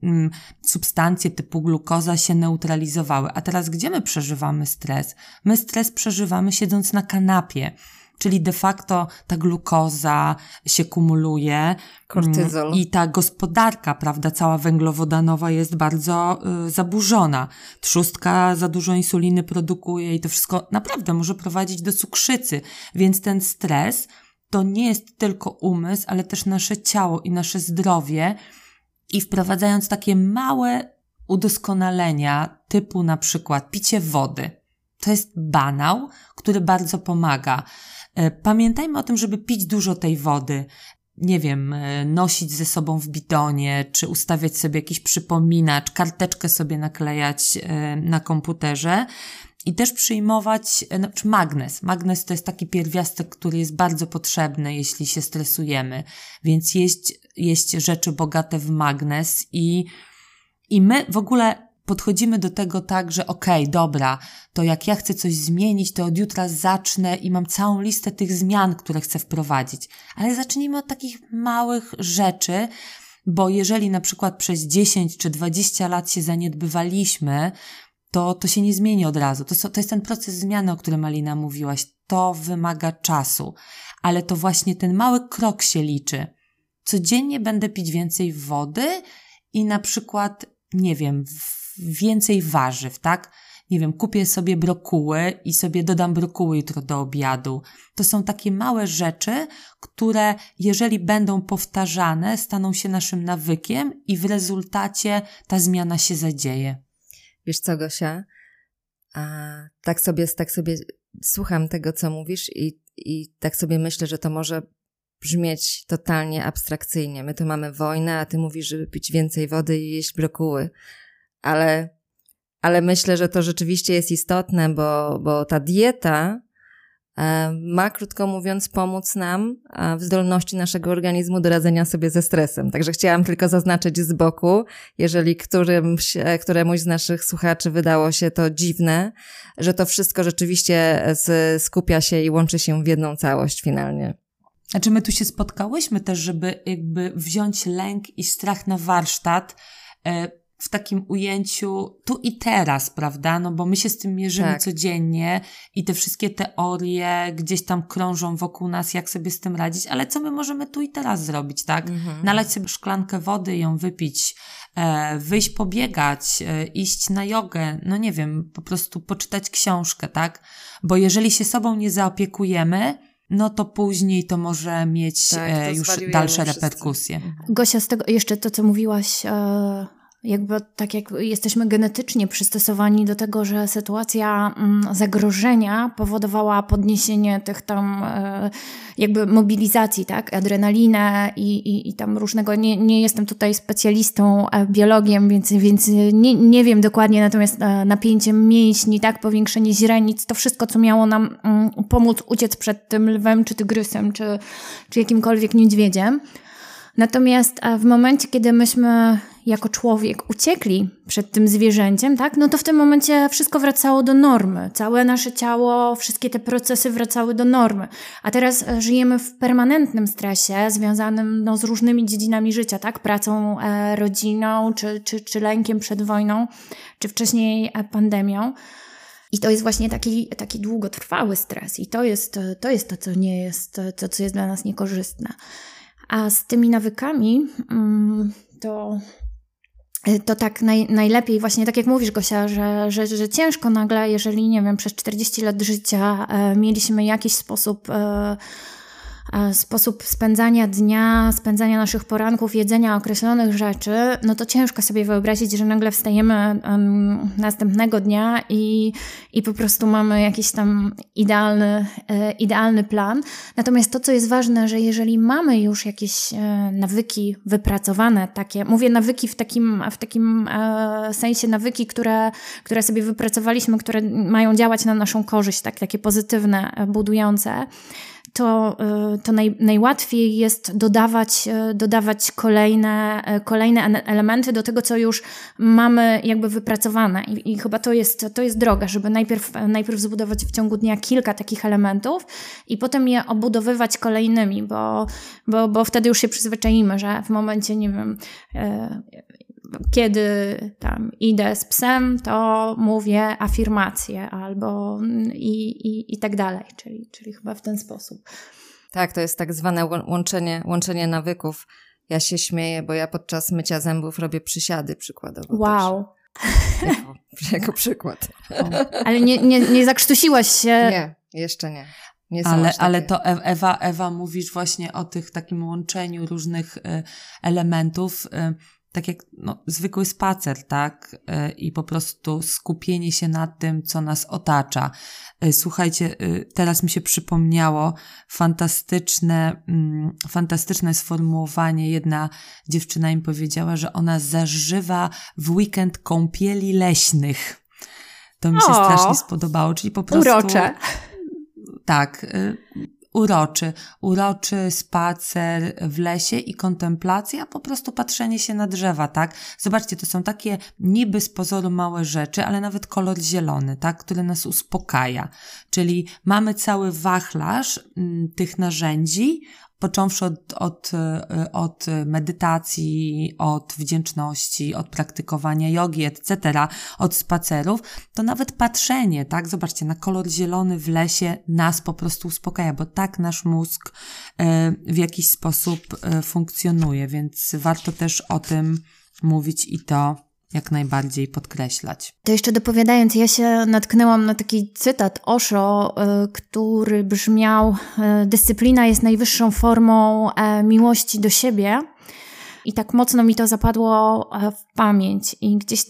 Speaker 1: substancje typu glukoza się neutralizowały. A teraz gdzie my przeżywamy stres? My stres przeżywamy siedząc na kanapie. Czyli de facto ta glukoza się kumuluje.
Speaker 2: Kortyzol.
Speaker 1: I ta gospodarka, prawda, cała węglowodanowa jest bardzo zaburzona. Trzustka za dużo insuliny produkuje i to wszystko naprawdę może prowadzić do cukrzycy. Więc ten stres to nie jest tylko umysł, ale też nasze ciało i nasze zdrowie. I wprowadzając takie małe udoskonalenia typu na przykład picie wody. To jest banał, który bardzo pomaga. Pamiętajmy o tym, żeby pić dużo tej wody. Nie wiem, nosić ze sobą w bidonie, czy ustawiać sobie jakiś przypominacz, karteczkę sobie naklejać na komputerze. I też przyjmować magnez. Magnez to jest taki pierwiastek, który jest bardzo potrzebny, jeśli się stresujemy. Więc jeść rzeczy bogate w magnez i my w ogóle podchodzimy do tego tak, że okej, dobra, to jak ja chcę coś zmienić, to od jutra zacznę i mam całą listę tych zmian, które chcę wprowadzić. Ale zacznijmy od takich małych rzeczy, bo jeżeli na przykład przez 10 czy 20 lat się zaniedbywaliśmy, to się nie zmieni od razu. To jest ten proces zmiany, o którym Alina mówiłaś. To wymaga czasu. Ale to właśnie ten mały krok się liczy. Codziennie będę pić więcej wody i na przykład, nie wiem, więcej warzyw, tak? Nie wiem, kupię sobie brokuły i sobie dodam brokuły jutro do obiadu. To są takie małe rzeczy, które jeżeli będą powtarzane, staną się naszym nawykiem i w rezultacie ta zmiana się zadzieje.
Speaker 2: Wiesz co, Gosia? Tak sobie słucham tego, co mówisz i tak sobie myślę, że to może brzmieć totalnie abstrakcyjnie. My tu mamy wojnę, a ty mówisz, żeby pić więcej wody i jeść brokuły. Ale myślę, że to rzeczywiście jest istotne, bo ta dieta ma, krótko mówiąc, pomóc nam w zdolności naszego organizmu do radzenia sobie ze stresem. Także chciałam tylko zaznaczyć z boku, jeżeli któremuś z naszych słuchaczy wydało się to dziwne, że to wszystko rzeczywiście skupia się i łączy się w jedną całość finalnie.
Speaker 1: Znaczy my tu się spotkałyśmy też, żeby jakby wziąć lęk i strach na warsztat, w takim ujęciu tu i teraz, prawda? No bo my się z tym mierzymy codziennie i te wszystkie teorie gdzieś tam krążą wokół nas, jak sobie z tym radzić, ale co my możemy tu i teraz zrobić, tak? Nalać sobie szklankę wody, ją wypić, wyjść pobiegać, iść na jogę, no nie wiem, po prostu poczytać książkę, tak? Bo jeżeli się sobą nie zaopiekujemy, no to później to może mieć już dalsze reperkusje.
Speaker 3: Gosia, z tego jeszcze to, co mówiłaś, jakby tak jak jesteśmy genetycznie przystosowani do tego, że sytuacja zagrożenia powodowała podniesienie tych tam jakby mobilizacji, tak, adrenalinę i tam różnego, nie jestem tutaj specjalistą, biologiem, więc nie wiem dokładnie, natomiast napięcie mięśni, tak, powiększenie źrenic, to wszystko, co miało nam pomóc uciec przed tym lwem, czy tygrysem, czy jakimkolwiek niedźwiedziem. Natomiast w momencie, kiedy myśmy jako człowiek uciekli przed tym zwierzęciem, tak, no to w tym momencie wszystko wracało do normy. Całe nasze ciało, wszystkie te procesy wracały do normy. A teraz żyjemy w permanentnym stresie związanym z różnymi dziedzinami życia, tak, pracą, rodziną, czy lękiem przed wojną, czy wcześniej pandemią. I to jest właśnie taki długotrwały stres. I to jest to, co nie jest, to, co jest dla nas niekorzystne. A z tymi nawykami to to tak najlepiej właśnie, tak jak mówisz, Gosia, że ciężko nagle, jeżeli, nie wiem, przez 40 lat życia mieliśmy jakiś sposób spędzania dnia, spędzania naszych poranków, jedzenia określonych rzeczy, no to ciężko sobie wyobrazić, że nagle wstajemy następnego dnia i po prostu mamy jakiś tam idealny plan. Natomiast to, co jest ważne, że jeżeli mamy już jakieś nawyki wypracowane, takie, mówię nawyki w takim sensie nawyki, które sobie wypracowaliśmy, które mają działać na naszą korzyść, takie pozytywne, budujące, to najłatwiej jest dodawać kolejne elementy do tego, co już mamy jakby wypracowane. I chyba to jest droga, żeby najpierw zbudować w ciągu dnia kilka takich elementów i potem je obudowywać kolejnymi, bo wtedy już się przyzwyczaimy, że w momencie, nie wiem, kiedy tam idę z psem, to mówię afirmacje albo i tak dalej, czyli chyba w ten sposób.
Speaker 2: Tak, to jest tak zwane łączenie nawyków. Ja się śmieję, bo ja podczas mycia zębów robię przysiady przykładowo.
Speaker 3: Wow.
Speaker 2: Jako przykład.
Speaker 3: Ale nie zakrztusiłaś się?
Speaker 2: Nie, jeszcze nie.
Speaker 1: Ale to Ewa, mówisz właśnie o takim łączeniu różnych elementów, tak jak zwykły spacer, tak? I po prostu skupienie się na tym, co nas otacza. Słuchajcie, teraz mi się przypomniało fantastyczne sformułowanie. Jedna dziewczyna im powiedziała, że ona zażywa w weekend kąpieli leśnych. To mi się strasznie spodobało, czyli po prostu...
Speaker 3: Urocze.
Speaker 1: Tak, uroczy spacer w lesie i kontemplacja, po prostu patrzenie się na drzewa, tak? Zobaczcie, to są takie niby z pozoru małe rzeczy, ale nawet kolor zielony, tak? Który nas uspokaja. Czyli mamy cały wachlarz tych narzędzi, począwszy od medytacji, od wdzięczności, od praktykowania jogi, etc., od spacerów, to nawet patrzenie, tak? Zobaczcie, na kolor zielony w lesie nas po prostu uspokaja, bo tak nasz mózg w jakiś sposób funkcjonuje, więc warto też o tym mówić i to jak najbardziej podkreślać.
Speaker 3: To jeszcze dopowiadając, ja się natknęłam na taki cytat Osho, który brzmiał: dyscyplina jest najwyższą formą miłości do siebie. I tak mocno mi to zapadło w pamięć i gdzieś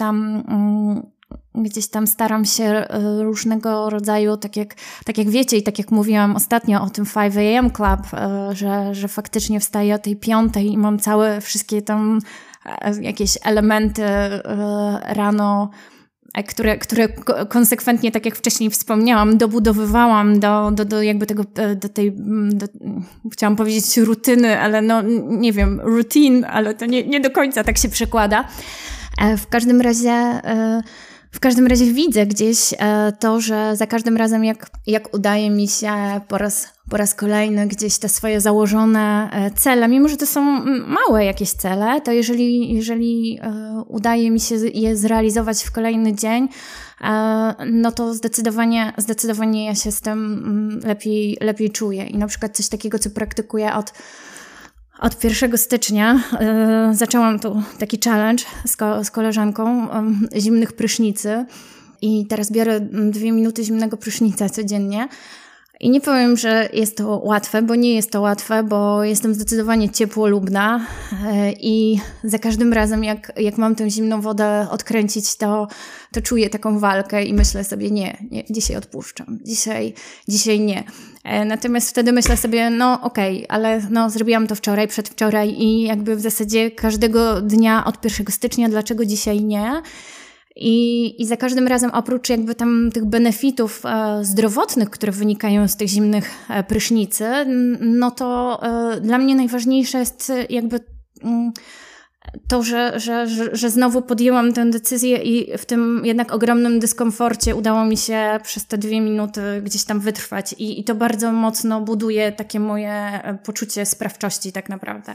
Speaker 3: tam staram się różnego rodzaju, tak jak wiecie i tak jak mówiłam ostatnio o tym 5 AM Club, że faktycznie wstaję o tej 5 i mam wszystkie tam jakieś elementy rano, które konsekwentnie, tak jak wcześniej wspomniałam, dobudowywałam do jakby tego, chciałam powiedzieć rutyny, ale nie wiem, routine, ale to nie do końca tak się przekłada. W każdym razie widzę gdzieś to, że za każdym razem jak udaje mi się po raz kolejny gdzieś te swoje założone cele, mimo że to są małe jakieś cele, to jeżeli udaje mi się je zrealizować w kolejny dzień, no to zdecydowanie ja się z tym lepiej czuję. I na przykład coś takiego, co praktykuję od 1 stycznia zaczęłam tu taki challenge z koleżanką zimnych prysznicy i teraz biorę 2 minuty zimnego prysznica codziennie. I nie powiem, że jest to łatwe, bo nie jest to łatwe, bo jestem zdecydowanie ciepłolubna i za każdym razem jak mam tę zimną wodę odkręcić, to czuję taką walkę i myślę sobie nie, dzisiaj odpuszczam, dzisiaj nie. Natomiast wtedy myślę sobie, okej, ale zrobiłam to wczoraj, przedwczoraj i jakby w zasadzie każdego dnia od 1 stycznia, dlaczego dzisiaj nie? I za każdym razem oprócz jakby tam tych benefitów zdrowotnych, które wynikają z tych zimnych prysznicy, no to dla mnie najważniejsze jest jakby to, że znowu podjęłam tę decyzję i w tym jednak ogromnym dyskomforcie udało mi się przez te 2 minuty gdzieś tam wytrwać i to bardzo mocno buduje takie moje poczucie sprawczości tak naprawdę.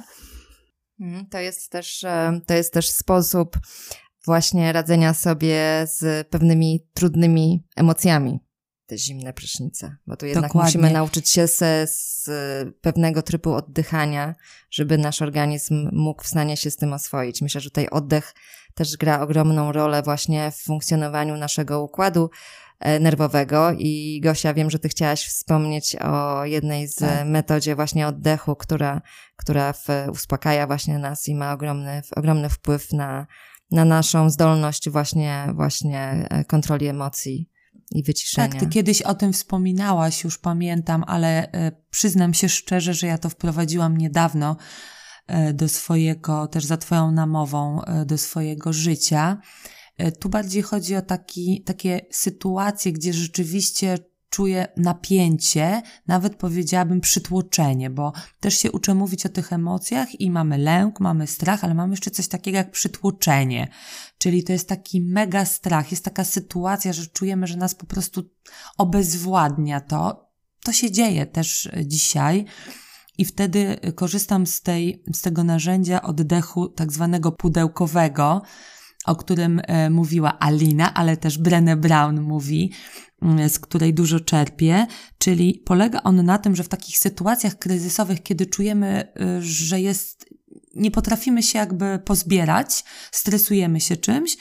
Speaker 2: To jest też sposób właśnie radzenia sobie z pewnymi trudnymi emocjami. te zimne prysznice, bo tu jednak
Speaker 1: Dokładnie.
Speaker 2: musimy nauczyć się z pewnego trybu oddychania, żeby nasz organizm mógł w stanie się z tym oswoić. Myślę, że tutaj oddech też gra ogromną rolę właśnie w funkcjonowaniu naszego układu nerwowego i Gosia, wiem, że ty chciałaś wspomnieć o jednej z metodzie właśnie oddechu, która uspokaja właśnie nas i ma ogromny wpływ na naszą zdolność właśnie kontroli emocji i wyciszenia.
Speaker 1: Tak, ty kiedyś o tym wspominałaś, już pamiętam, ale przyznam się szczerze, że ja to wprowadziłam niedawno do swojego, też za twoją namową, do swojego życia. Tu bardziej chodzi o takie sytuacje, gdzie rzeczywiście czuję napięcie, nawet powiedziałabym przytłoczenie, bo też się uczę mówić o tych emocjach i mamy lęk, mamy strach, ale mamy jeszcze coś takiego jak przytłoczenie, czyli to jest taki mega strach, jest taka sytuacja, że czujemy, że nas po prostu obezwładnia to. To się dzieje też dzisiaj i wtedy korzystam z tego narzędzia oddechu tak zwanego pudełkowego, o którym mówiła Alina, ale też Brené Brown mówi, z której dużo czerpię, czyli polega on na tym, że w takich sytuacjach kryzysowych, kiedy czujemy, że nie potrafimy się jakby pozbierać, stresujemy się czymś,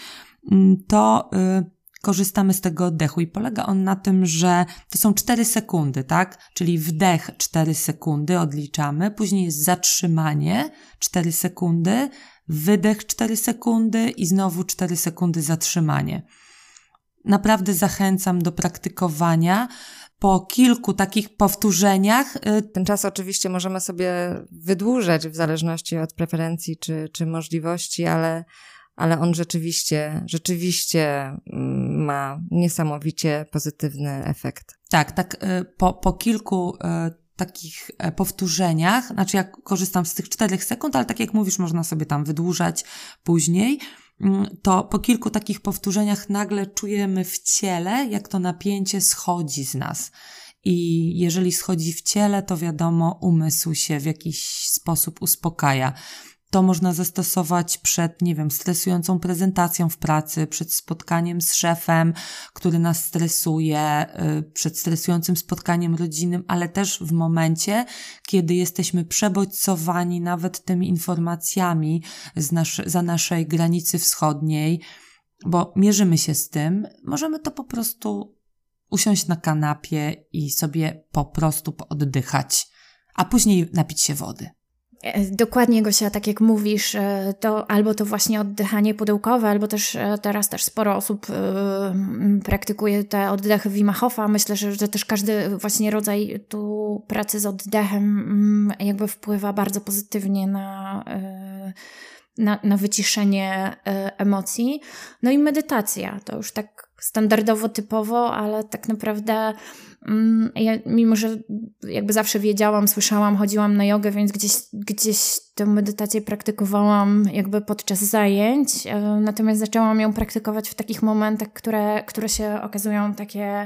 Speaker 1: to korzystamy z tego oddechu i polega on na tym, że to są 4 sekundy, tak? Czyli wdech 4 sekundy, odliczamy, później jest zatrzymanie 4 sekundy, wydech 4 sekundy i znowu 4 sekundy zatrzymanie. Naprawdę zachęcam do praktykowania. Po kilku takich powtórzeniach...
Speaker 2: Ten czas oczywiście możemy sobie wydłużać w zależności od preferencji czy możliwości, ale on rzeczywiście ma niesamowicie pozytywny efekt.
Speaker 1: Tak, po kilku takich powtórzeniach, znaczy ja korzystam z tych 4 sekund, ale tak jak mówisz, można sobie tam wydłużać później, to po kilku takich powtórzeniach nagle czujemy w ciele, jak to napięcie schodzi z nas. I jeżeli schodzi w ciele, to wiadomo, umysł się w jakiś sposób uspokaja. To można zastosować przed, stresującą prezentacją w pracy, przed spotkaniem z szefem, który nas stresuje, przed stresującym spotkaniem rodzinnym, ale też w momencie, kiedy jesteśmy przebodźcowani nawet tymi informacjami za naszej granicy wschodniej, bo mierzymy się z tym, możemy to po prostu usiąść na kanapie i sobie po prostu pooddychać, a później napić się wody.
Speaker 3: Dokładnie, Gosia, tak jak mówisz, to albo to właśnie oddychanie pudełkowe, albo też teraz też sporo osób praktykuje te oddechy Wima Hofa. Myślę, że też każdy właśnie rodzaj tu pracy z oddechem jakby wpływa bardzo pozytywnie na wyciszenie emocji. No i medytacja, to już tak standardowo, typowo, ale tak naprawdę ja, mimo że jakby zawsze wiedziałam, słyszałam, chodziłam na jogę, więc gdzieś tę medytację praktykowałam jakby podczas zajęć, natomiast zaczęłam ją praktykować w takich momentach, które się okazują takie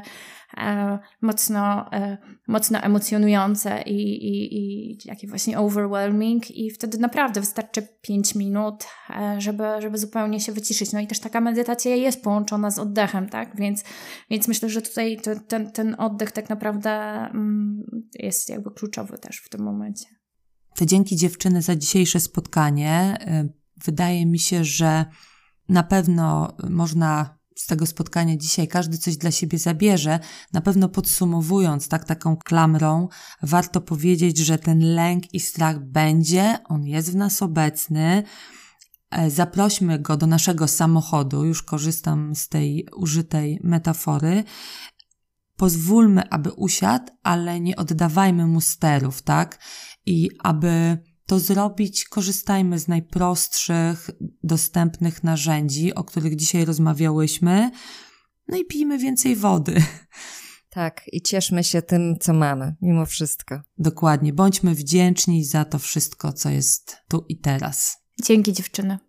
Speaker 3: mocno emocjonujące i takie właśnie overwhelming i wtedy naprawdę wystarczy 5 minut, żeby zupełnie się wyciszyć. No i też taka medytacja jest połączona z oddechem, tak? Więc myślę, że tutaj ten oddech tak naprawdę jest jakby kluczowy też w tym momencie.
Speaker 1: To dzięki dziewczyny za dzisiejsze spotkanie. Wydaje mi się, że na pewno można z tego spotkania dzisiaj każdy coś dla siebie zabierze. Na pewno podsumowując taką klamrą, warto powiedzieć, że ten lęk i strach będzie, on jest w nas obecny. Zaprośmy go do naszego samochodu, już korzystam z tej użytej metafory. Pozwólmy, aby usiadł, ale nie oddawajmy mu sterów, tak? I aby to zrobić, korzystajmy z najprostszych, dostępnych narzędzi, o których dzisiaj rozmawiałyśmy, no i pijmy więcej wody.
Speaker 2: Tak, i cieszmy się tym, co mamy, mimo wszystko.
Speaker 1: Dokładnie, bądźmy wdzięczni za to wszystko, co jest tu i teraz.
Speaker 3: Dzięki, dziewczyny.